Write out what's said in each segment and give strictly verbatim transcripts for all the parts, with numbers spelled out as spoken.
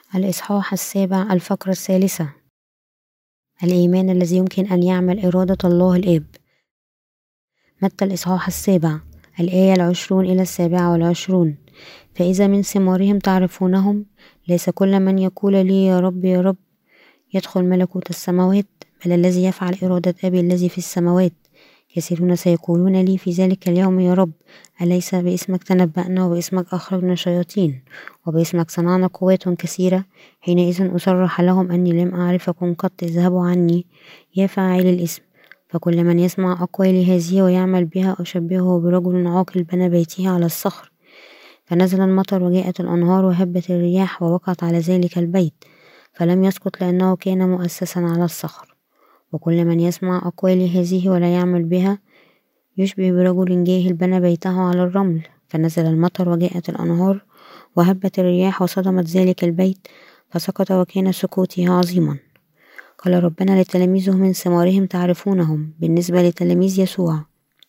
الإصحاح السابع، الفقرة الثالثة: الإيمان الذي يمكن أن يعمل إرادة الله الآب. متى الإصحاح السابع، الآية العشرون إلى السابعة والعشرون: فإذا من ثمارهم تعرفونهم، ليس كل من يقول لي يا رب يا رب يدخل ملكوت السماوات، بل الذي يفعل إرادة أبي الذي في السماوات. كثيرون سيقولون لي في ذلك اليوم يا رب، أليس باسمك تنبأنا، وباسمك أخرجنا شياطين، وباسمك صنعنا قوات كثيرة؟ حينئذ أصرح لهم أني لم أعرفكم قط، اذهبوا عني يا فاعلي الإثم. فكل من يسمع أقوالي هذه ويعمل بها أشبهه برجل عاقل بنى بيته على الصخر، فنزل المطر وجاءت الأنهار وهبت الرياح ووقعت على ذلك البيت، فلم يسقط لأنه كان مؤسسا على الصخر. وكل من يسمع أقوالي هذه ولا يعمل بها يشبه برجل جاهل بنى بيته على الرمل، فنزل المطر وجاءت الأنهار وهبت الرياح وصدمت ذلك البيت، فسقط وكان سقوطه عظيما. قال ربنا لتلاميذه من ثمارهم تعرفونهم. بالنسبة لتلاميذ يسوع،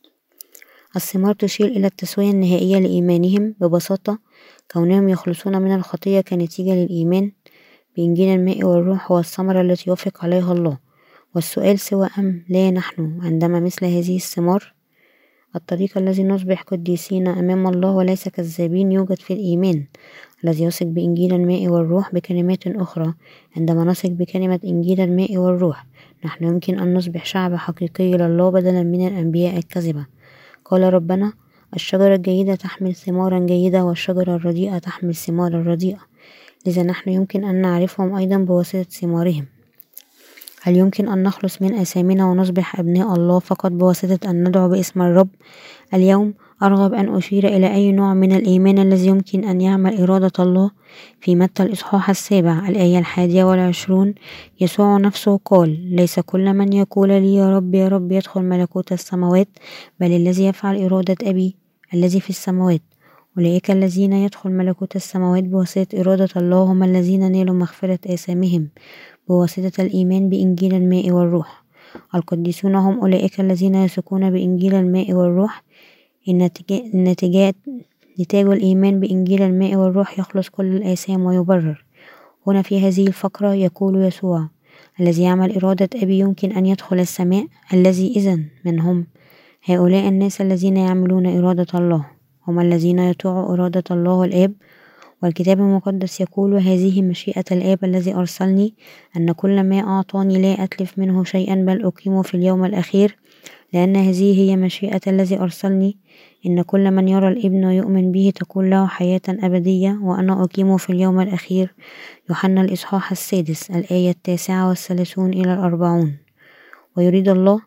الثمار تشير إلى التسوية النهائية لإيمانهم. ببساطة، كونهم يخلصون من الخطية كنتيجة للإيمان بإنجيل الماء والروح هو الثمرة التي يوافق عليها الله. والسؤال سوى أم لا نحن عندما مثل هذه الثمار؟ الطريق الذي نصبح قديسين أمام الله وليس كذابين يوجد في الإيمان الذي يثق بإنجيل الماء والروح. بكلمات أخرى، عندما نثق بكلمة إنجيل الماء والروح، نحن يمكن أن نصبح شعب حقيقي لله بدلا من الأنبياء الكذبة. قال ربنا: الشجرة الجيدة تحمل ثمارا جيدة، والشجرة الرديئة تحمل ثمارا رديئة، لذا نحن يمكن أن نعرفهم أيضا بواسطة ثمارهم. هل يمكن أن نخلص من آثامنا ونصبح أبناء الله فقط بواسطة أن ندعو باسم الرب؟ اليوم أرغب أن أشير إلى أي نوع من الإيمان الذي يمكن أن يعمل إرادة الله. في متى الإصحاح السابع الآية الحادية والعشرون، يسوع نفسه قال: ليس كل من يقول لي يا رب يا رب يدخل ملكوت السماوات، بل الذي يفعل إرادة أبي الذي في السماوات. أولئك الذين يدخل ملكوت السماوات بواسطة إرادة الله هم الذين نالوا مغفرة آثامهم بواسطة الإيمان بإنجيل الماء والروح. القديسون هم أولئك الذين يثقون بإنجيل الماء والروح. النتيجات نتاج الإيمان بإنجيل الماء والروح يخلص كل الآثام ويبرر. هنا في هذه الفقرة يقول يسوع: الذي يعمل إرادة أبي يمكن أن يدخل السماء. الذي إذن من هم؟ هؤلاء الناس الذين يعملون إرادة الله، هم الذين يطيعوا إرادة الله الآب. والكتاب المقدس يقول: هذه مشيئة الآب الذي أرسلني، أن كل ما أعطاني لا أتلف منه شيئا، بل أقيمه في اليوم الأخير، لأن هذه هي مشيئة الذي أرسلني، إن كل من يرى الابن ويؤمن به تكون له حياة أبدية، وأنا أقيمه في اليوم الأخير. يوحنا الإصحاح السادس الآية التاسعة والثلاثون إلى الأربعون. ويريد الله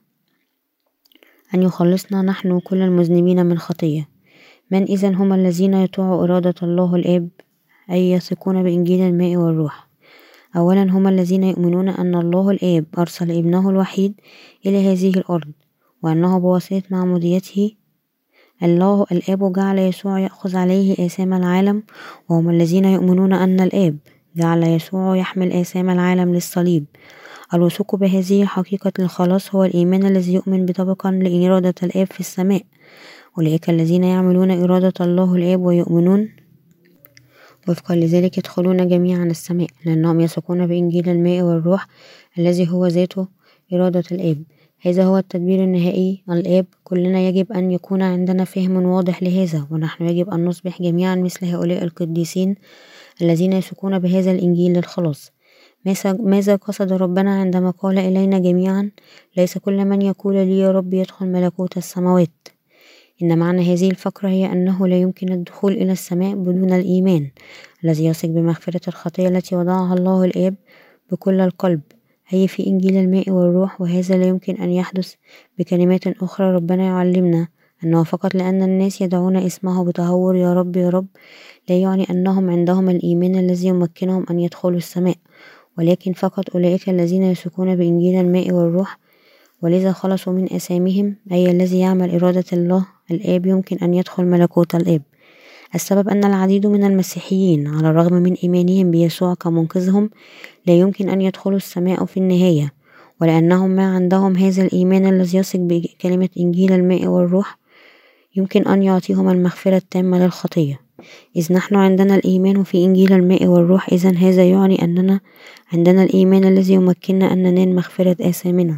أن يخلصنا نحن كل المذنبين من خطية. من إذن هم الذين يطيعوا إرادة الله الآب، أي يثقون بإنجيل الماء والروح؟ أولا، هم الذين يؤمنون أن الله الآب أرسل ابنه الوحيد إلى هذه الأرض، وأنه بواسطة معموديته الله الآب جعل يسوع يأخذ عليه آثام العالم. وهم الذين يؤمنون أن الآب جعل يسوع يحمل آثام العالم للصليب. الوثوق بهذه حقيقة الخلاص هو الإيمان الذي يؤمن بطبقا لإرادة الآب في السماء. أولئك الذين يعملون إرادة الله الآب ويؤمنون وفقا لذلك يدخلون جميعا السماء، لأنهم يثقون بإنجيل الماء والروح الذي هو ذاته إرادة الآب. هذا هو التدبير النهائي الآب. كلنا يجب أن يكون عندنا فهم واضح لهذا، ونحن يجب أن نصبح جميعا مثل هؤلاء القديسين الذين يثقون بهذا الإنجيل للخلاص. ماذا قصد ربنا عندما قال إلينا جميعا: ليس كل من يقول لي يا رب يدخل ملكوت السماوات؟ إن معنى هذه الفقرة هي أنه لا يمكن الدخول إلى السماء بدون الإيمان الذي يثق بمغفرة الخطية التي وضعها الله الآب بكل القلب، أي في إنجيل الماء والروح. وهذا لا يمكن أن يحدث. بكلمات أخرى، ربنا يعلمنا أنه فقط لأن الناس يدعون اسمه بتهور يا رب يا رب لا يعني أنهم عندهم الإيمان الذي يمكنهم أن يدخلوا السماء، ولكن فقط أولئك الذين يثقون بإنجيل الماء والروح ولذا خلصوا من آثامهم، أي الذي يعمل إرادة الله الآب يمكن أن يدخل ملكوت الآب. السبب أن العديد من المسيحيين على الرغم من إيمانهم بيسوع كمنقذهم لا يمكن أن يدخلوا السماء في النهاية، ولأنهم ما عندهم هذا الإيمان الذي يثق بكلمة إنجيل الماء والروح يمكن أن يعطيهم المغفرة التامة للخطية. إذ نحن عندنا الإيمان في إنجيل الماء والروح، إذن هذا يعني أننا عندنا الإيمان الذي يمكننا أن ننال مغفرة آثامنا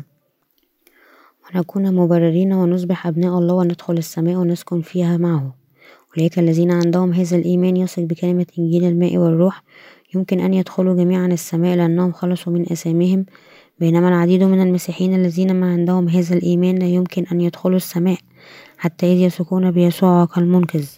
ونكون مبررين ونصبح أبناء الله وندخل السماء ونسكن فيها معه. أولئك الذين عندهم هذا الإيمان يثق بكلمة إنجيل الماء والروح يمكن أن يدخلوا جميعا السماء لأنهم خلصوا من آثامهم، بينما العديد من المسيحيين الذين ما عندهم هذا الإيمان لا يمكن أن يدخلوا السماء حتى إذ يثقون بيسوع كالمنقذ.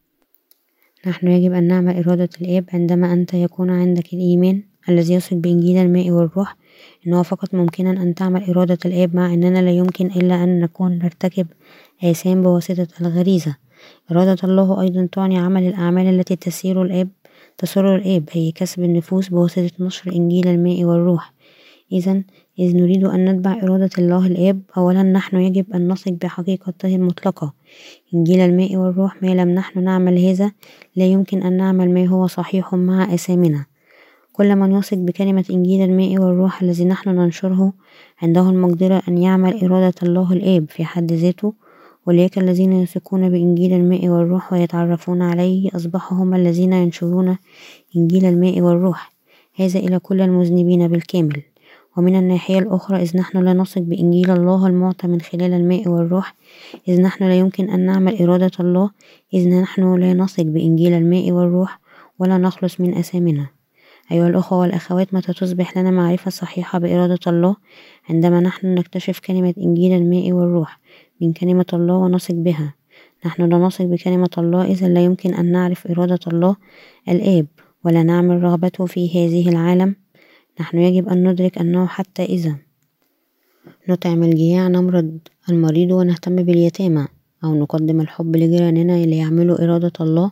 نحن يجب أن نعمل إرادة الآب. عندما أنت يكون عندك الإيمان الذي يثق بإنجيل الماء والروح، إنه فقط ممكنا أن تعمل إرادة الآب، مع أننا لا يمكن إلا أن نكون نرتكب آثام بواسطة الغريزة. إرادة الله أيضا تعني عمل الأعمال التي تسير الآب تسر الآب، أي كسب النفوس بواسطة نشر إنجيل الماء والروح. إذن إذ نريد أن نتبع إرادة الله الآب، أولا نحن يجب أن نثق بحقيقته المطلقة إنجيل الماء والروح. ما لم نحن نعمل هذا لا يمكن أن نعمل ما هو صحيح مع آثامنا. كل من يثق بكلمة إنجيل الماء والروح الذي نحن ننشره عنده المقدرة أن يعمل إرادة الله الآب في حد ذاته. أولئك الذين يثقون بإنجيل الماء والروح ويتعرفون عليه أصبحوا هم الذين ينشرون إنجيل الماء والروح هذا إلى كل المذنبين بالكامل. ومن الناحية الأخرى، إذ نحن لا نثق بإنجيل الله المعطى من خلال الماء والروح، إذ نحن لا يمكن أن نعمل إرادة الله، إذ نحن لا نثق بإنجيل الماء والروح ولا نخلص من آثامنا. أيها الأخوة والأخوات، متى تصبح لنا معرفة صحيحة بإرادة الله؟ عندما نحن نكتشف كلمة إنجيل الماء والروح من كلمة الله ونثق بها. نحن لا نثق بكلمة الله، إذا لا يمكن أن نعرف إرادة الله الآب ولا نعمل رغبته في هذه العالم. نحن يجب أن ندرك أنه حتى إذا نطعم الجياع، نمرض المريض، ونهتم باليتامى، أو نقدم الحب لجيراننا ليعملوا إرادة الله،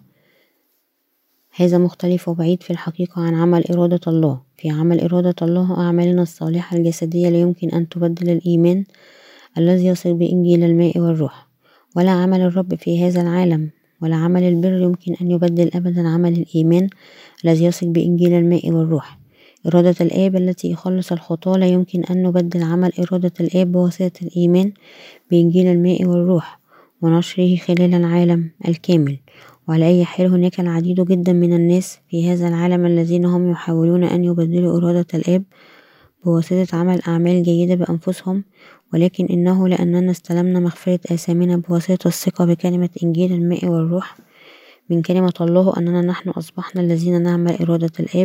هذا مختلف وبعيد في الحقيقة عن عمل إرادة الله. في عمل إرادة الله أعمالنا الصالحة الجسدية لا يمكن أن تبدل الإيمان الذي يصل بإنجيل الماء والروح، ولا عمل الرب في هذا العالم ولا عمل البر يمكن أن يبدل أبدا عمل الإيمان الذي يصل بإنجيل الماء والروح. إرادة الآب التي يخلص الخطاة لا يمكن أن نبدل عمل إرادة الآب بواسطة الإيمان بإنجيل الماء والروح ونشره خلال العالم الكامل. وعلى أي حال، هناك العديد جدا من الناس في هذا العالم الذين هم يحاولون أن يبدلوا إرادة الآب بواسطة عمل أعمال جيدة بأنفسهم، ولكن إنه لأننا استلمنا مغفرة آثامنا بواسطة الثقة بكلمة إنجيل الماء والروح من كلمة الله أننا نحن أصبحنا الذين نعمل إرادة الآب،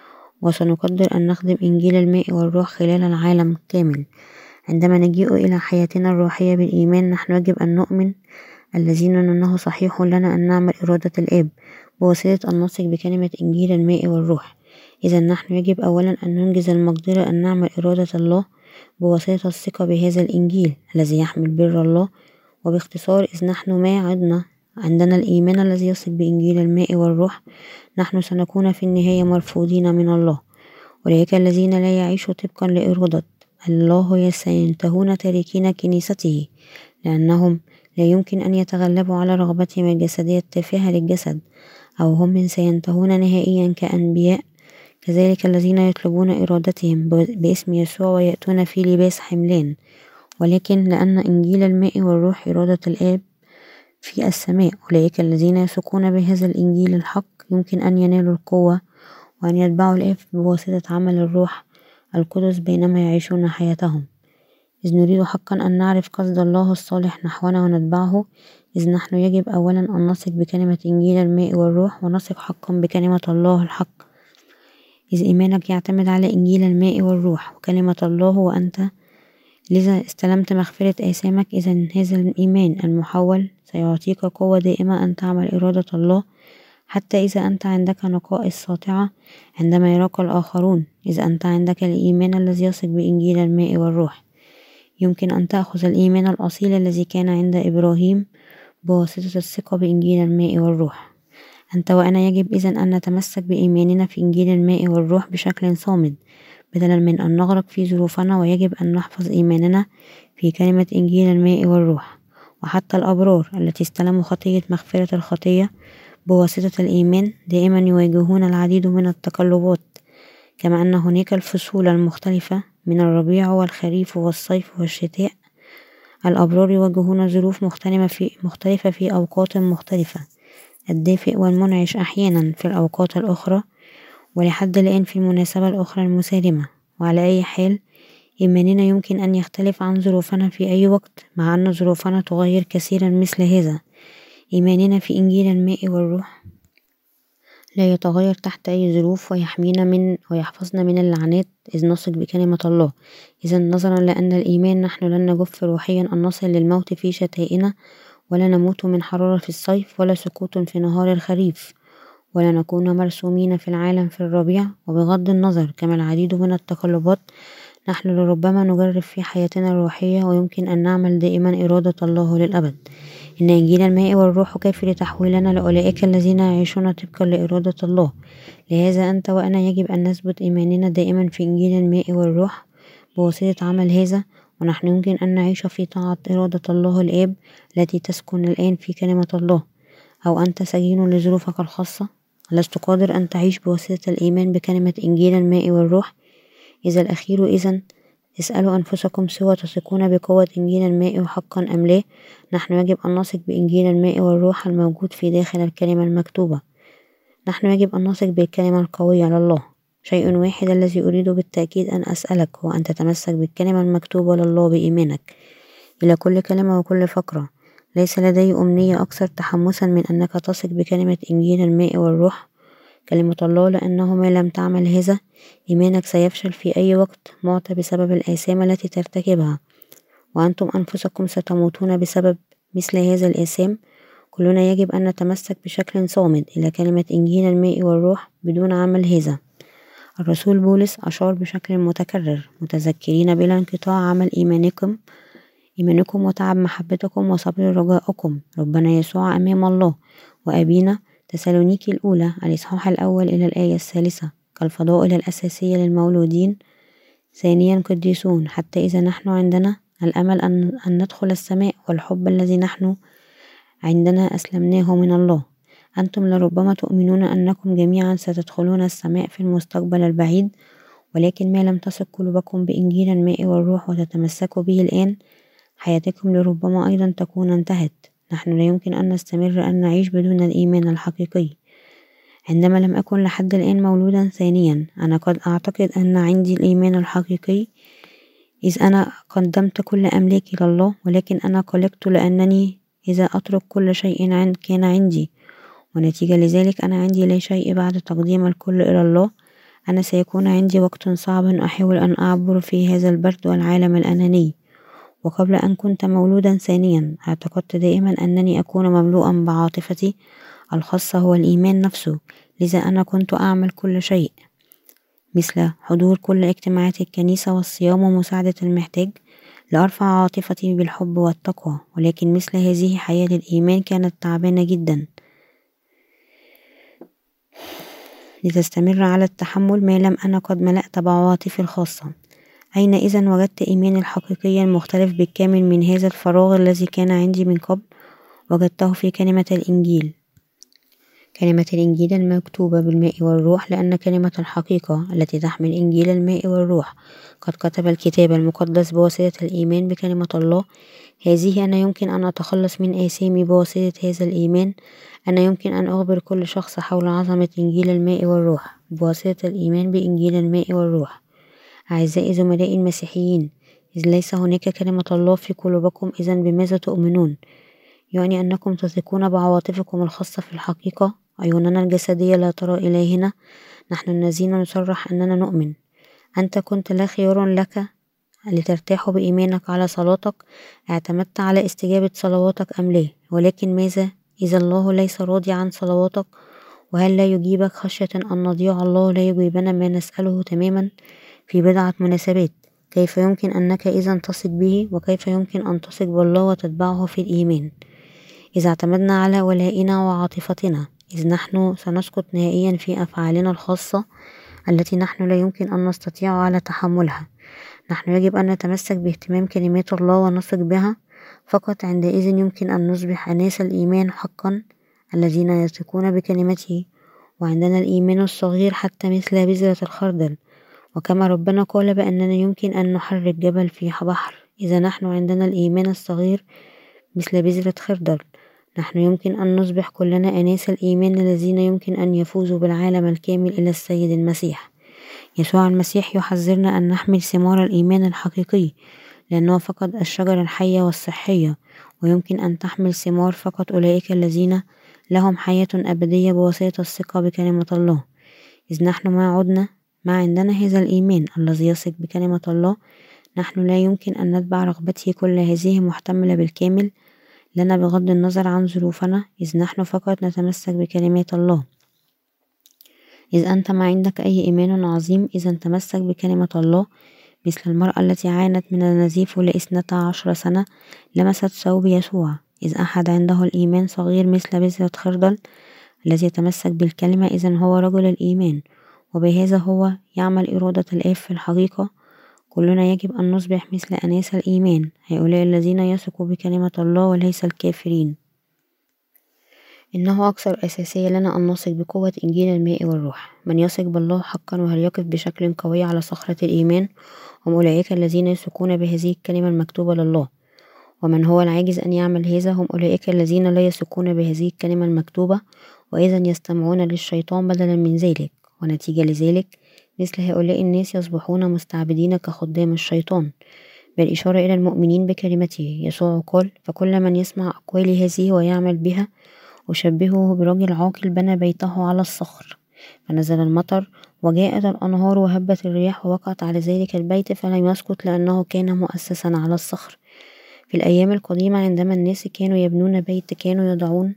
وسنقدر أن نخدم إنجيل الماء والروح خلال العالم كامل. عندما نجيء إلى حياتنا الروحية بالإيمان، نحن يجب أن نؤمن الذين أنه صحيح لنا أن نعمل إرادة الآب بواسطة أن نثق بكلمة إنجيل الماء والروح. إذا نحن يجب أولا أن ننجز المقدرة أن نعمل إرادة الله بواسطة الثقة بهذا الإنجيل الذي يحمل بر الله. وباختصار، إذ نحن ما عدنا عندنا الإيمان الذي يثق بإنجيل الماء والروح، نحن سنكون في النهاية مرفوضين من الله. أولئك الذين لا يعيشوا طبقا لإرادة الله سينتهون تاركين كنيسته، لأنهم لا يمكن أن يتغلبوا على رغبتهم الجسدية التافهة للجسد، أو هم سينتهون نهائيا كأنبياء. كذلك الذين يطلبون إرادتهم باسم يسوع ويأتون في لباس حملان، ولكن لأن إنجيل الماء والروح إرادة الآب في السماء، أولئك الذين يثقون بهذا الإنجيل الحق يمكن أن ينالوا القوة وأن يتبعوا الآب بواسطة عمل الروح القدس بينما يعيشون حياتهم. إذ نريد حقا أن نعرف قصد الله الصالح نحونا ونتبعه، إذ نحن يجب أولا أن نثق بكلمة إنجيل الماء والروح ونثق حقا بكلمة الله الحق. إذ إيمانك يعتمد على إنجيل الماء والروح وكلمة الله وأنت لذا استلمت مغفرة آثامك، إذن هذا الإيمان المحول سيعطيك قوة دائمة أن تعمل إرادة الله، حتى إذا أنت عندك نقائص ساطعة عندما يراك الآخرون. إذا أنت عندك الإيمان الذي يثق بإنجيل الماء والروح، يمكن أن تأخذ الإيمان الأصيل الذي كان عند إبراهيم بواسطة الثقة بإنجيل الماء والروح. أنت وأنا يجب إذن أن نتمسك بإيماننا في إنجيل الماء والروح بشكل صامد بدلا من أن نغرق في ظروفنا، ويجب أن نحفظ إيماننا في كلمة إنجيل الماء والروح. وحتى الأبرار التي استلموا خطية مغفرة الخطية بواسطة الإيمان دائما يواجهون العديد من التقلبات، كما أن هناك الفصول المختلفة من الربيع والخريف والصيف والشتاء. الأبرار يواجهون ظروف مختلفة في, مختلفة في أوقات مختلفة. الدافئ والمنعش أحيانا في الأوقات الأخرى، ولحد الآن في المناسبة الأخرى المسالمة. وعلى أي حال، إيماننا يمكن أن يختلف عن ظروفنا في أي وقت، مع أن ظروفنا تغير كثيرا مثل هذا. إيماننا في إنجيل الماء والروح لا يتغير تحت أي ظروف، ويحمينا من ويحفظنا من اللعنات إذ نثق بكلمة الله. إذا نظرا لأن الإيمان نحن لن نجف روحيا أن نصل للموت في شتائنا، ولا نموت من حرارة في الصيف، ولا سقوط في نهار الخريف، ولا نكون مرسومين في العالم في الربيع. وبغض النظر كما العديد من التقلبات، نحن لربما نجرب في حياتنا الروحية، ويمكن أن نعمل دائما إرادة الله للأبد. إن إنجيل الماء والروح كافي لتحويلنا لأولئك الذين يعيشون طبقا لإرادة الله. لهذا أنت وأنا يجب أن نثبت إيماننا دائما في إنجيل الماء والروح بواسطة عمل هذا، ونحن يمكن أن نعيش في طاعة إرادة الله الآب التي تسكن الآن في كلمة الله. أو أنت سجين لظروفك الخاصة، لست قادر أن تعيش بواسطة الإيمان بكلمة إنجيل الماء والروح؟ إذا الأخير إذن اسألوا أنفسكم سوى تثقون بقوة إنجيل الماء حقا أم لا. نحن يجب أن نثق بإنجيل الماء والروح الموجود في داخل الكلمة المكتوبة. نحن يجب أن نثق بالكلمة القوية لله. شيء واحد الذي أريد بالتأكيد أن أسألك هو أن تتمسك بالكلمة المكتوبة لله بإيمانك إلى كل كلمة وكل فقرة. ليس لدي أمنية أكثر تحمسا من أنك تثق بكلمة إنجيل الماء والروح كلمة الله، لأنه ما لم تعمل هذا إيمانك سيفشل في أي وقت معطى بسبب الآثام التي ترتكبها، وأنتم أنفسكم ستموتون بسبب مثل هذا الآثام. كلنا يجب أن نتمسك بشكل صامد إلى كلمة إنجيل الماء والروح بدون عمل هذا. الرسول بولس أشار بشكل متكرر متذكرين بلا انقطاع عمل إيمانكم إيمانكم وتعب محبتكم وصبر رجاءكم ربنا يسوع أمام الله وأبينا. تسالونيكي الأولى الإصحاح الأول إلى الآية الثالثة. كالفضائل الأساسية للمولودين، ثانيا قديسون، حتى إذا نحن عندنا الأمل أن, أن ندخل السماء، والحب الذي نحن عندنا أسلمناه من الله. أنتم لربما تؤمنون أنكم جميعا ستدخلون السماء في المستقبل البعيد، ولكن ما لم تثق قلوبكم بإنجيل الماء والروح وتتمسكوا به الآن، حياتكم لربما أيضا تكون انتهت. نحن لا يمكن أن نستمر أن نعيش بدون الإيمان الحقيقي. عندما لم أكن لحد الآن مولودا ثانيا، أنا قد أعتقد أن عندي الإيمان الحقيقي، إذ أنا قدمت كل أملاكي لله، ولكن أنا قلقت لأنني إذا أترك كل شيء عند كان عندي، ونتيجة لذلك أنا عندي لا شيء بعد تقديم الكل إلى الله. أنا سيكون عندي وقت صعب أحاول أن أعبر في هذا البرد والعالم الأناني. وقبل أن كنت مولودا ثانيا، اعتقدت دائما أنني أكون مملوءا بعاطفتي الخاصة هو الإيمان نفسه، لذا أنا كنت أعمل كل شيء مثل حضور كل اجتماعات الكنيسة والصيام ومساعدة المحتاج لأرفع عاطفتي بالحب والتقوى. ولكن مثل هذه حياة الإيمان كانت تعبانة جدا لتستمر على التحمل ما لم أنا قد ملأت بعواطفي الخاصة. أين إذن وجدت إيماني الحقيقي المختلف بالكامل من هذا الفراغ الذي كان عندي من قبل؟ وجدته في كلمة الإنجيل، كلمة الإنجيل المكتوبة بالماء والروح، لأن كلمة الحقيقة التي تحمل إنجيل الماء والروح قد كتب الكتاب المقدس بواسطة الإيمان بكلمة الله. هذه أنا يمكن أن أتخلص من آثامي بواسطة هذا الإيمان. أنا يمكن أن أخبر كل شخص حول عظمة إنجيل الماء والروح بواسطة الإيمان بإنجيل الماء والروح. أعزائي زملائي المسيحيين، إذ ليس هناك كلمة الله في قلوبكم، إذن بماذا تؤمنون؟ يعني أنكم تثقون بعواطفكم الخاصة في الحقيقة. عيوننا الجسدية لا ترى إلهنا، نحن الذين نصرح أننا نؤمن. أنت كنت لا خيار لك لترتاح بإيمانك على صلاتك، اعتمدت على استجابة صلواتك أم لا؟ ولكن ماذا إذا الله ليس راضي عن صلواتك؟ وهل لا يجيبك خشية أن نضيع الله لا يجيبنا ما نسأله تماما في بضعة مناسبات؟ كيف يمكن أنك إذا تثق به؟ وكيف يمكن أن تثق بالله وتتبعه في الإيمان إذا اعتمدنا على ولائنا وعاطفتنا؟ إذ نحن سنسقط نهائيا في أفعالنا الخاصة التي نحن لا يمكن أن نستطيع على تحملها. نحن يجب أن نتمسك باهتمام كلمات الله ونثق بها. فقط عندئذ يمكن أن نصبح أناس الإيمان حقا الذين يثقون بكلمته. وعندنا الإيمان الصغير حتى مثل بذرة الخردل، وكما ربنا قال بأننا يمكن أن نحرك جبل في بحر، إذا نحن عندنا الإيمان الصغير مثل بذرة خردل، نحن يمكن أن نصبح كلنا أناس الإيمان الذين يمكن أن يفوزوا بالعالم الكامل إلى السيد المسيح. يسوع المسيح يحذرنا أن نحمل ثمار الإيمان الحقيقي، لأنه فقط الشجرة الحية والصحية، ويمكن أن تحمل ثمار فقط أولئك الذين لهم حياة أبدية بواسطة الثقة بكلمة الله. إذ نحن ما عدنا ما عندنا هذا الإيمان الذي يثق بكلمة الله، نحن لا يمكن أن نتبع رغبته كل هذه محتملة بالكامل لنا بغض النظر عن ظروفنا، إذ نحن فقط نتمسك بكلمات الله. إذ أنت ما عندك أي إيمان عظيم إذا تمسك بكلمة الله، مثل المرأة التي عانت من النزيف لإثنتا عشر سنة لمست ثوب يسوع. إذ أحد عنده الإيمان صغير مثل بذرة خردل الذي يتمسك بالكلمة، إذن هو رجل الإيمان، وبهذا هو يعمل إرادة الآب في الحقيقة. كلنا يجب أن نصبح مثل أناس الإيمان، هؤلاء الذين يثقوا بكلمة الله وليس الكافرين. إنه أكثر أساسية لنا أن نثق بقوة إنجيل الماء والروح. من يثق بالله حقا وهل يقف بشكل قوي على صخرة الإيمان هم أولئك الذين يثقون بهذه الكلمة المكتوبة لله. ومن هو العاجز أن يعمل هذا هم أولئك الذين لا يثقون بهذه الكلمة المكتوبة، وإذا يستمعون للشيطان بدلا من ذلك، ونتيجة لذلك مثل هؤلاء الناس يصبحون مستعبدين كخدام الشيطان. بالإشارة إلى المؤمنين بكلمته، يسوع قال: فكل من يسمع أقوالي هذه ويعمل بها أشبهه برجل عاقل بنى بيته على الصخر، فنزل المطر وجاءت الأنهار وهبت الرياح ووقعت على ذلك البيت فلم يسقط لأنه كان مؤسسا على الصخر. في الأيام القديمة عندما الناس كانوا يبنون بيت كانوا يضعون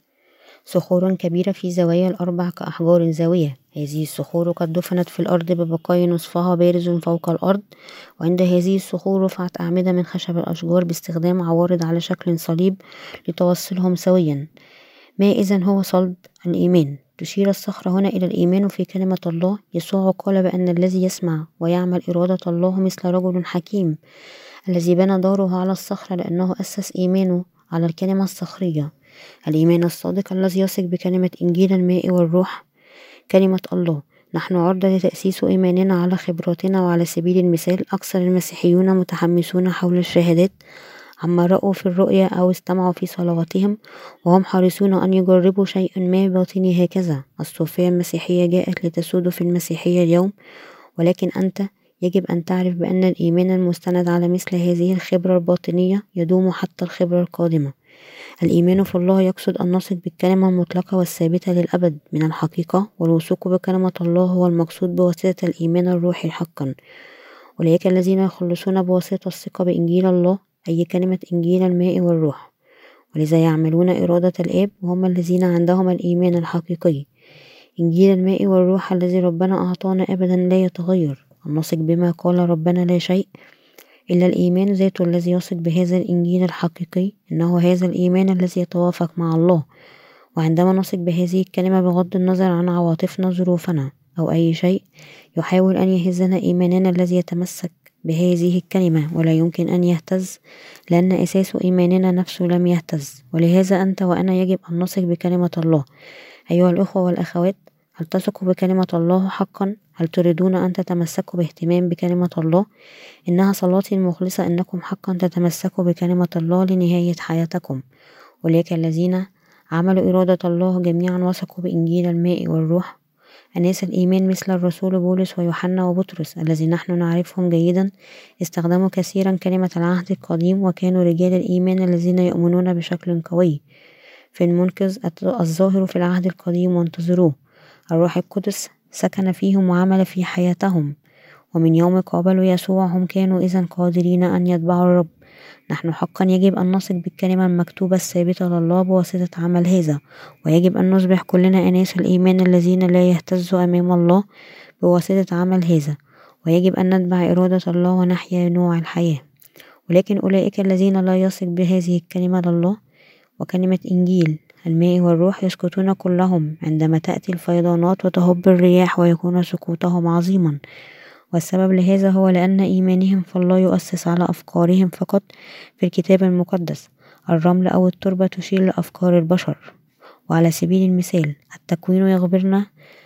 صخور كبيرة في زوايا الأربع كأحجار زاوية. هذه الصخور قد دفنت في الأرض ببقايا نصفها بارز فوق الأرض، وعند هذه الصخور رفعت أعمدة من خشب الأشجار باستخدام عوارض على شكل صليب لتوصلهم سويا. ما إذن هو صلب الإيمان؟ تشير الصخرة هنا إلى الإيمان في كلمة الله. يسوع قال بأن الذي يسمع ويعمل إرادة الله مثل رجل حكيم الذي بنى داره على الصخرة، لأنه أسس إيمانه على الكلمة الصخرية. الإيمان الصادق الذي يثق بكلمة إنجيل الماء والروح كلمة الله. نحن عرضة لتأسيس إيماننا على خبراتنا، وعلى سبيل المثال أكثر المسيحيون متحمسون حول الشهادات عما رأوا في الرؤيا أو استمعوا في صلواتهم، وهم حريصون أن يجربوا شيء ما باطني. هكذا الصوفية المسيحية جاءت لتسود في المسيحية اليوم، ولكن أنت يجب أن تعرف بأن الإيمان المستند على مثل هذه الخبرة الباطنية يدوم حتى الخبرة القادمة. الإيمان في الله يقصد أن نثق بالكلمة المطلقة والثابتة للأبد من الحقيقة، والوثوق بكلمة الله هو المقصود بواسطة الإيمان الروحي حقا. أولئك الذين يخلصون بواسطة الثقة بإنجيل الله، أي كلمة إنجيل الماء والروح، ولذا يعملون إرادة الآب، وهم الذين عندهم الإيمان الحقيقي. إنجيل الماء والروح الذي ربنا أعطانا أبدا لا يتغير. أن نثق بما قال ربنا لا شيء إلا الإيمان ذاته الذي يثق بهذا الإنجيل الحقيقي، إنه هذا الإيمان الذي يتوافق مع الله. وعندما نثق بهذه الكلمة بغض النظر عن عواطفنا ظروفنا أو أي شيء يحاول أن يهزنا إيماننا الذي يتمسك بهذه الكلمة ولا يمكن أن يهتز، لأن أساس إيماننا نفسه لم يهتز. ولهذا أنت وأنا يجب أن نثق بكلمة الله. أيها الأخوة والأخوات، هل تثقوا بكلمة الله حقا؟ هل تريدون أن تتمسكوا باهتمام بكلمة الله؟ إنها صلاتي المخلصة أنكم حقا تتمسكوا بكلمة الله لنهاية حياتكم. أولئك الذين عملوا إرادة الله جميعا وثقوا بإنجيل الماء والروح. أناس الإيمان مثل الرسول بولس ويوحنا وبطرس الذي نحن نعرفهم جيدا استخدموا كثيرا كلمة العهد القديم، وكانوا رجال الإيمان الذين يؤمنون بشكل قوي في المنقذ الظاهر في العهد القديم وانتظروه. الروح القدس سكن فيهم وعمل في حياتهم، ومن يوم قابلوا يسوع هم كانوا إذن قادرين أن يتبعوا الرب. نحن حقا يجب أن نثق بالكلمة المكتوبة الثابتة لله بواسطة عمل هذا، ويجب أن نصبح كلنا أناس الإيمان الذين لا يهتزوا أمام الله بواسطة عمل هذا، ويجب أن نتبع إرادة الله ونحيا نوع الحياة. ولكن أولئك الذين لا يثق بهذه الكلمة لله وكلمة إنجيل الماء والروح يسقطون كلهم عندما تأتي الفيضانات وتهب الرياح، ويكون سقوطهم عظيما. والسبب لهذا هو لأن إيمانهم في الله يؤسس على أفكارهم فقط في الكتاب المقدس. الرمل أو التربة تشير لأفكار البشر. وعلى سبيل المثال التكوين يخبرنا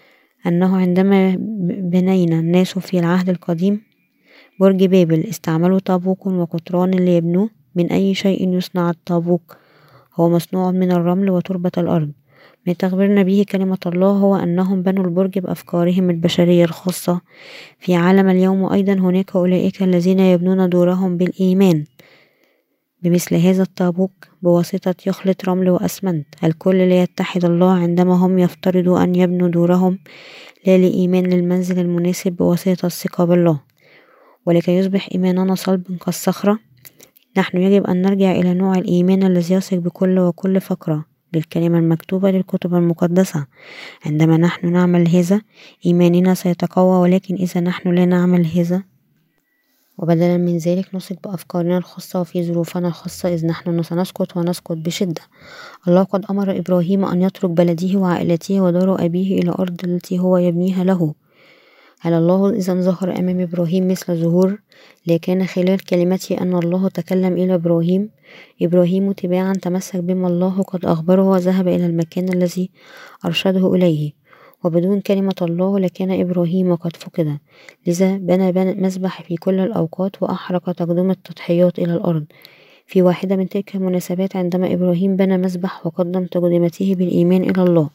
أنه عندما بنينا الناس في العهد القديم برج بابل استعملوا طابوق وقطران ليبنوه. من أي شيء يصنع الطابوق؟ هو مصنوع من الرمل وتربة الأرض. ما تخبرنا به كلمة الله هو أنهم بنوا البرج بأفكارهم البشرية الخاصة في عالم اليوم، وأيضا هناك أولئك الذين يبنون دورهم بالإيمان بمثل هذا الطابوق بواسطة يخلط رمل وأسمنت، الكل ليتحد الله عندما هم يفترضوا أن يبنوا دورهم لا لإيمان للمنزل المناسب بواسطة الثقة بالله. ولكي يصبح إيماننا صلب كالصخرة، نحن يجب أن نرجع إلى نوع الإيمان الذي يثق بكل وكل فقرة للكلمة المكتوبة للكتب المقدسة. عندما نحن نعمل هذا إيماننا سيتقوى، ولكن إذا نحن لا نعمل هذا وبدلا من ذلك نثق بأفكارنا الخاصة وفي ظروفنا الخاصة، إذ نحن سنسقط ونسقط بشدة. الله قد أمر إبراهيم أن يترك بلده وعائلته ودار أبيه إلى أرض التي هو يبنيها له. هل الله إذن ظهر أمام إبراهيم مثل ظهور لا كان خلال كلمته أن الله تكلم إلى إبراهيم؟ إبراهيم تباعا تمسك بما الله قد أخبره وذهب إلى المكان الذي أرشده إليه، وبدون كلمة الله لكان إبراهيم قد فقد. لذا بنى مذبح في كل الأوقات وأحرق تقدم التضحيات إلى الأرض. في واحدة من تلك المناسبات عندما إبراهيم بنى مذبح وقدم تقدمته بالإيمان إلى الله،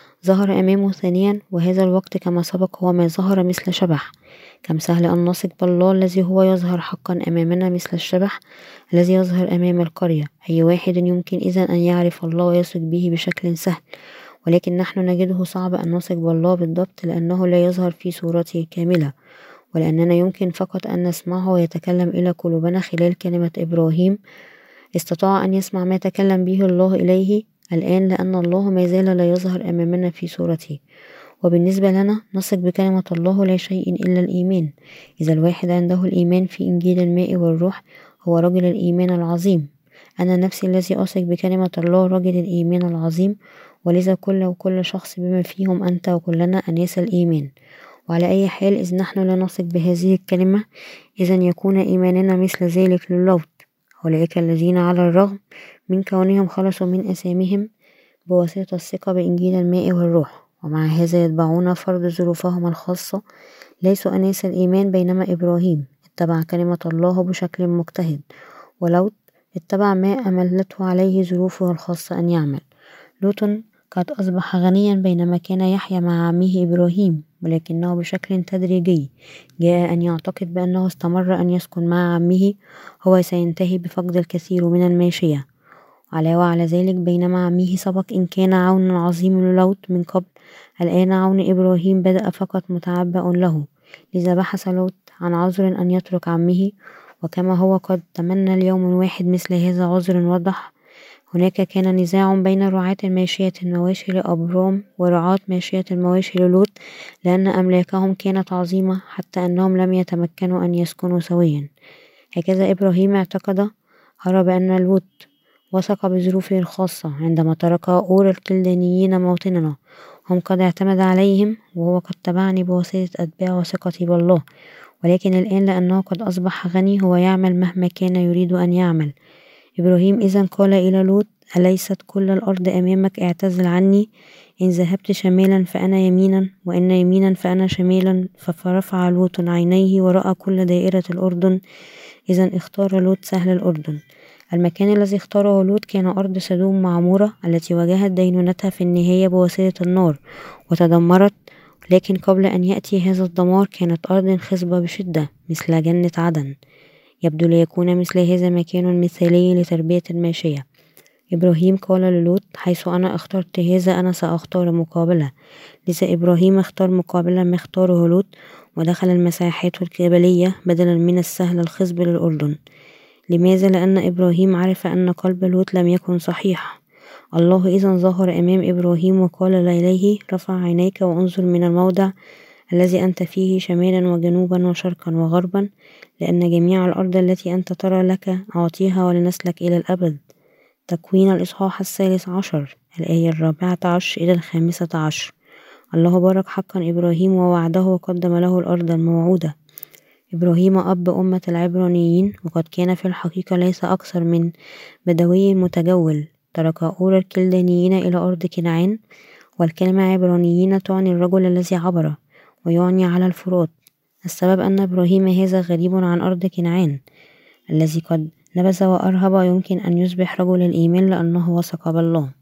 ظهر أمامه ثانيا، وهذا الوقت كما سبق هو ما ظهر مثل شبح. كم سهل أن نثق بالله الذي هو يظهر حقا أمامنا مثل الشبح الذي يظهر أمام القرية. أي واحد يمكن إذن أن يعرف الله ويثق به بشكل سهل، ولكن نحن نجده صعب أن نثق بالله بالضبط لأنه لا يظهر في صورته كاملة، ولأننا يمكن فقط أن نسمعه ويتكلم إلى قلوبنا خلال كلمة إبراهيم. استطاع أن يسمع ما تكلم به الله إليه الآن، لأن الله ما زال لا يظهر أمامنا في صورته. وبالنسبة لنا نثق بكلمة الله لا شيء إلا الإيمان. إذا الواحد عنده الإيمان في إنجيل الماء والروح هو رجل الإيمان العظيم. أنا نفسي الذي أثق بكلمة الله رجل الإيمان العظيم، ولذا كل وكل شخص بما فيهم أنت وكلنا أناس الإيمان. وعلى أي حال إذ نحن لا نثق بهذه الكلمة، إذن يكون إيماننا مثل ذلك للوط، أولئك الذين على الرغم من كونهم خلصوا من أثامهم بواسطة الثقة بإنجيل الماء والروح، ومع هذا يتبعون فرض ظروفهم الخاصة، ليسوا أناس الإيمان. بينما إبراهيم اتبع كلمة الله بشكل مجتهد، ولوط اتبع ما أملته عليه ظروفه الخاصة أن يعمل. لوط قد أصبح غنيا بينما كان يحيا مع عمه إبراهيم، ولكنه بشكل تدريجي جاء أن يعتقد بأنه استمر أن يسكن مع عمه هو سينتهي بفقد الكثير من الماشية. علاوة على ذلك بينما عمه سبق إن كان عونا عظيم للوط من قبل، الآن عون إبراهيم بدأ فقط متعبأ له. لذا بحث لوط عن عذر أن يترك عمه، وكما هو قد تمنى اليوم واحد مثل هذا عذر وضح. هناك كان نزاع بين رعاة ماشية المواشي لأبرام ورعاة ماشية المواشي للوط، لأن أملاكهم كانت عظيمة حتى أنهم لم يتمكنوا أن يسكنوا سويا. هكذا إبراهيم اعتقد هرب أن لوط وثق بظروفه الخاصة عندما ترك أور الكلدانيين موطننا. هم قد اعتمد عليهم وهو قد تبعني بواسطة أتباع وثقتي بالله، ولكن الآن لأنه قد أصبح غني هو يعمل مهما كان يريد أن يعمل. إبراهيم إذن قال إلى لوط: أليست كل الأرض أمامك؟ اعتزل عني، إن ذهبت شمالا فأنا يمينا، وإن يمينا فأنا شمالا. فرفع لوط عينيه ورأى كل دائرة الأردن. إذن اختار لوط سهل الأردن. المكان الذي اختاره لوط كان أرض سدوم معمورة التي واجهت دينونتها في النهاية بواسطة النار وتدمرت. لكن قبل أن يأتي هذا الدمار كانت أرض خصبة بشدة مثل جنة عدن. يبدو ليكون مثل هذا مكان مثالي لتربية الماشية. إبراهيم قال للوط: حيث أنا اخترت هذا أنا سأختار مقابله. لذا إبراهيم اختار مقابل ما اختاره لوط، ودخل المساحات الجبلية بدلا من السهل الخصب للأردن. لماذا؟ لأن إبراهيم عرف أن قلب لوط لم يكن صحيح. الله إذن ظهر أمام إبراهيم وقال إليه: رفع عينيك وانظر من الموضع الذي أنت فيه شمالا وجنوبا وشرقا وغربا، لأن جميع الأرض التي أنت ترى لك أعطيها ولنسلك إلى الأبد. تكوين الإصحاح الثالث عشر الآية الرابعة عشر إلى الخامسة عشر. الله بارك حقا إبراهيم ووعده وقدم له الأرض الموعودة. إبراهيم أب أمة العبرانيين، وقد كان في الحقيقة ليس أكثر من بدوي متجول. ترك أور الكلدانيين إلى أرض كنعان، والكلمة عبرانيين تعني الرجل الذي عبر، ويعني على الفرات. السبب أن إبراهيم هذا غريب عن أرض كنعان الذي قد نبذ وأرهب يمكن أن يصبح رجل الإيمان لأنه وثق بالله.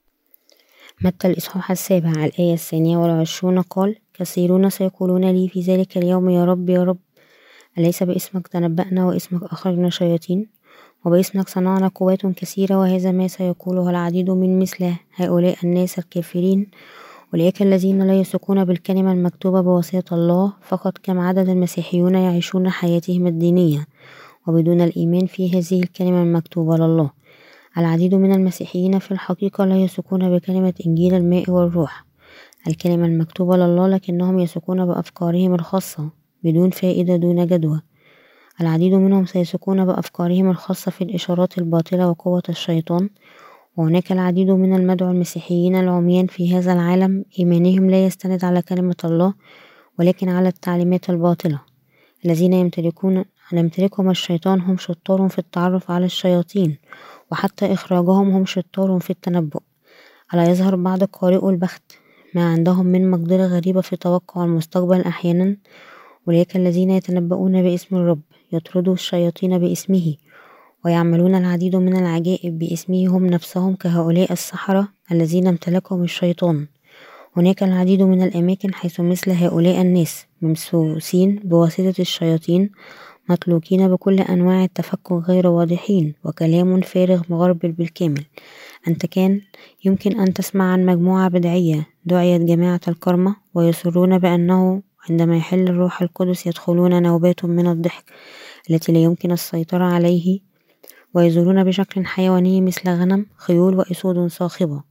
متى الإصحاح السابع الآية الثانية والعشرون قال: كثيرون سيقولون لي في ذلك اليوم يا رب يا رب أليس باسمك تنبأنا واسمك أخرجنا شياطين وباسمك صنعنا قوات كثيرة؟ وهذا ما سيقوله العديد من مثل هؤلاء الناس الكافرين أولئك الذين لا يثقون بالكلمة المكتوبة بوصية الله، فقط كم عدد المسيحيون يعيشون حياتهم الدينية وبدون الإيمان في هذه الكلمة المكتوبة لله. العديد من المسيحيين في الحقيقة لا يثقون بكلمة إنجيل الماء والروح، الكلمة المكتوبة لله، لكنهم يثقون بأفكارهم الخاصة بدون فائدة دون جدوى. العديد منهم سيثقون بأفكارهم الخاصة في الإشارات الباطلة وقوة الشيطان. وهناك العديد من المدعو المسيحيين العميان في هذا العالم إيمانهم لا يستند على كلمة الله ولكن على التعليمات الباطلة. الذين يمتلكون يمتلكهم الشيطان هم شطار في التعرف على الشياطين، وحتى إخراجهم هم شطار في التنبؤ. ألا يظهر بعض قارئو البخت ما عندهم من مقدرة غريبة في توقع المستقبل أحيانا؟ أولئك الذين يتنبؤون باسم الرب يطردوا الشياطين باسمه ويعملون العديد من العجائب باسمه هم نفسهم كهؤلاء السحرة الذين امتلكهم الشيطان. هناك العديد من الأماكن حيث مثل هؤلاء الناس ممسوسين بواسطة الشياطين، مطلوقين بكل أنواع التفكك غير واضحين وكلام فارغ مغربل بالكامل. أنت كان يمكن أن تسمع عن مجموعة بدعية دعيت جماعة الكرمة، ويصرون بأنه عندما يحل الروح القدس يدخلون نوبات من الضحك التي لا يمكن السيطرة عليه، ويزورون بشكل حيواني مثل غنم، خيول وأسود صاخبة.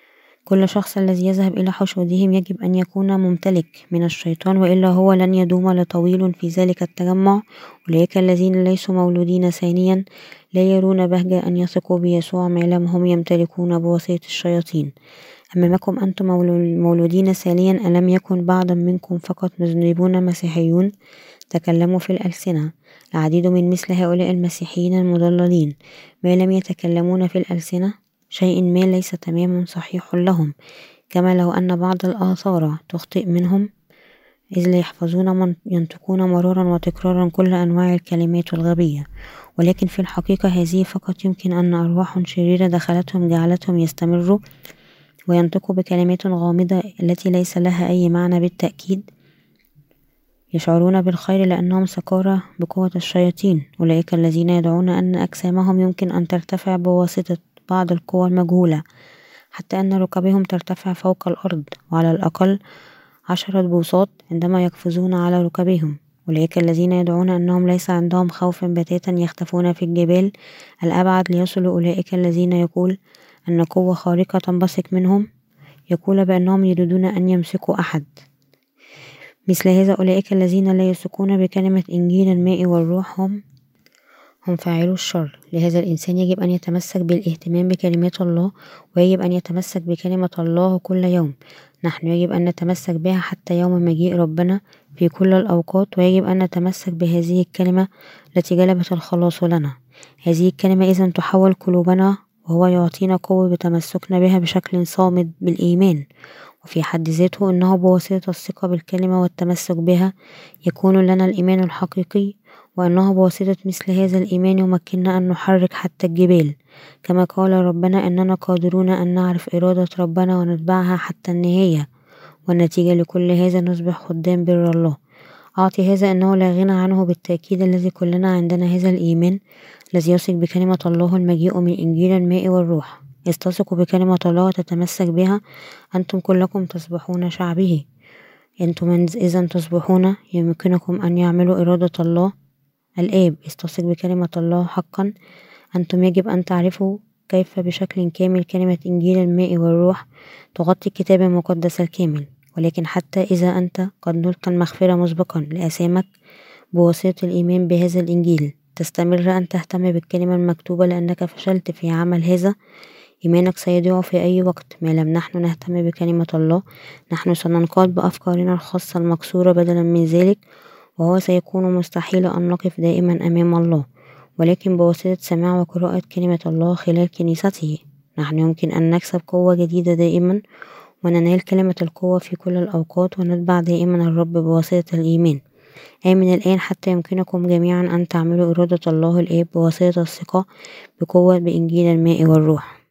كل شخص الذي يذهب إلى حشودهم يجب أن يكون ممتلك من الشيطان، وإلا هو لن يدوم لطويل في ذلك التجمع. أولئك الذين ليسوا مولودين ثانيا لا يرون بهجة أن يثقوا بيسوع ما لم هم يمتلكون بواسطة الشياطين. أمامكم أنتم مولودين ثانيا، ألم يكن بعضا منكم فقط مذنبون مسيحيون تكلموا في الألسنة؟ العديد من مثل هؤلاء المسيحيين المضللين ما لم يتكلمون في الألسنة شيء ما ليس تماما صحيح لهم، كما لو أن بعض الآثار تخطئ منهم، إذ لا يحفظون من ينطقون مرارا وتكرارا كل أنواع الكلمات الغبية. ولكن في الحقيقة هذه فقط يمكن أن أرواح شريرة دخلتهم جعلتهم يستمروا وينطقوا بكلمات غامضة التي ليس لها أي معنى بالتأكيد. يشعرون بالخير لأنهم سكارى بقوة الشياطين. أولئك الذين يدعون أن أجسامهم يمكن أن ترتفع بواسطة بعض القوى المجهولة حتى أن ركبهم ترتفع فوق الأرض وعلى الأقل عشرة بوصات عندما يقفزون على ركبهم. أولئك الذين يدعون أنهم ليس عندهم خوف بتاتا يختفون في الجبال الأبعد ليصلوا. أولئك الذين يقول أن قوة خارقة تنبثق منهم يقول بأنهم يريدون أن يمسكوا أحد. مثل هذا أولئك الذين لا يثقون بكلمة إنجيل الماء والروح هم هم فاعلو الشر. لهذا الإنسان يجب أن يتمسك بالاهتمام بكلمات الله، ويجب أن يتمسك بكلمة الله كل يوم. نحن يجب أن نتمسك بها حتى يوم مجيء ربنا في كل الأوقات، ويجب أن نتمسك بهذه الكلمة التي جلبت الخلاص لنا. هذه الكلمة إذن تحول قلوبنا، وهو يعطينا قوة بتمسكنا بها بشكل صامد بالإيمان، وفي حد ذاته إنه بواسطة الثقة بالكلمة والتمسك بها يكون لنا الإيمان الحقيقي، وأنه بواسطة مثل هذا الإيمان يمكننا أن نحرك حتى الجبال، كما قال ربنا إننا قادرون أن نعرف إرادة ربنا ونتبعها حتى النهاية، والنتيجة لكل هذا نصبح خدام بر الله. أعطي هذا أنه لا غنى عنه بالتأكيد الذي كلنا عندنا هذا الإيمان الذي يثق بكلمة الله المجيء من إنجيل الماء والروح. استثقوا بكلمة الله وتتمسك بها، أنتم كلكم تصبحون شعبه. أنتم إذا تصبحون يمكنكم أن يعملوا إرادة الله الآب. استثق بكلمة الله حقا. أنتم يجب أن تعرفوا كيف بشكل كامل كلمة إنجيل الماء والروح تغطي الكتاب المقدس الكامل. ولكن حتى إذا أنت قد نلت المغفرة مسبقا لآثامك بواسطة الإيمان بهذا الإنجيل، تستمر أن تهتم بالكلمة المكتوبة لأنك فشلت في عمل هذا، إيمانك سيضيع في أي وقت ما لم نحن نهتم بكلمة الله. نحن سننقاد بأفكارنا الخاصة المكسورة بدلا من ذلك، وهو سيكون مستحيل أن نقف دائما أمام الله، ولكن بواسطة سماع وقراءة كلمة الله خلال كنيسته نحن يمكن أن نكسب قوة جديدة دائما، وننال كلمة القوة في كل الأوقات، ونتبع دائما الرب بواسطة الإيمان. آمن الآن حتى يمكنكم جميعا أن تعملوا إرادة الله الآب بواسطة الثقة بقوة بإنجيل الماء والروح.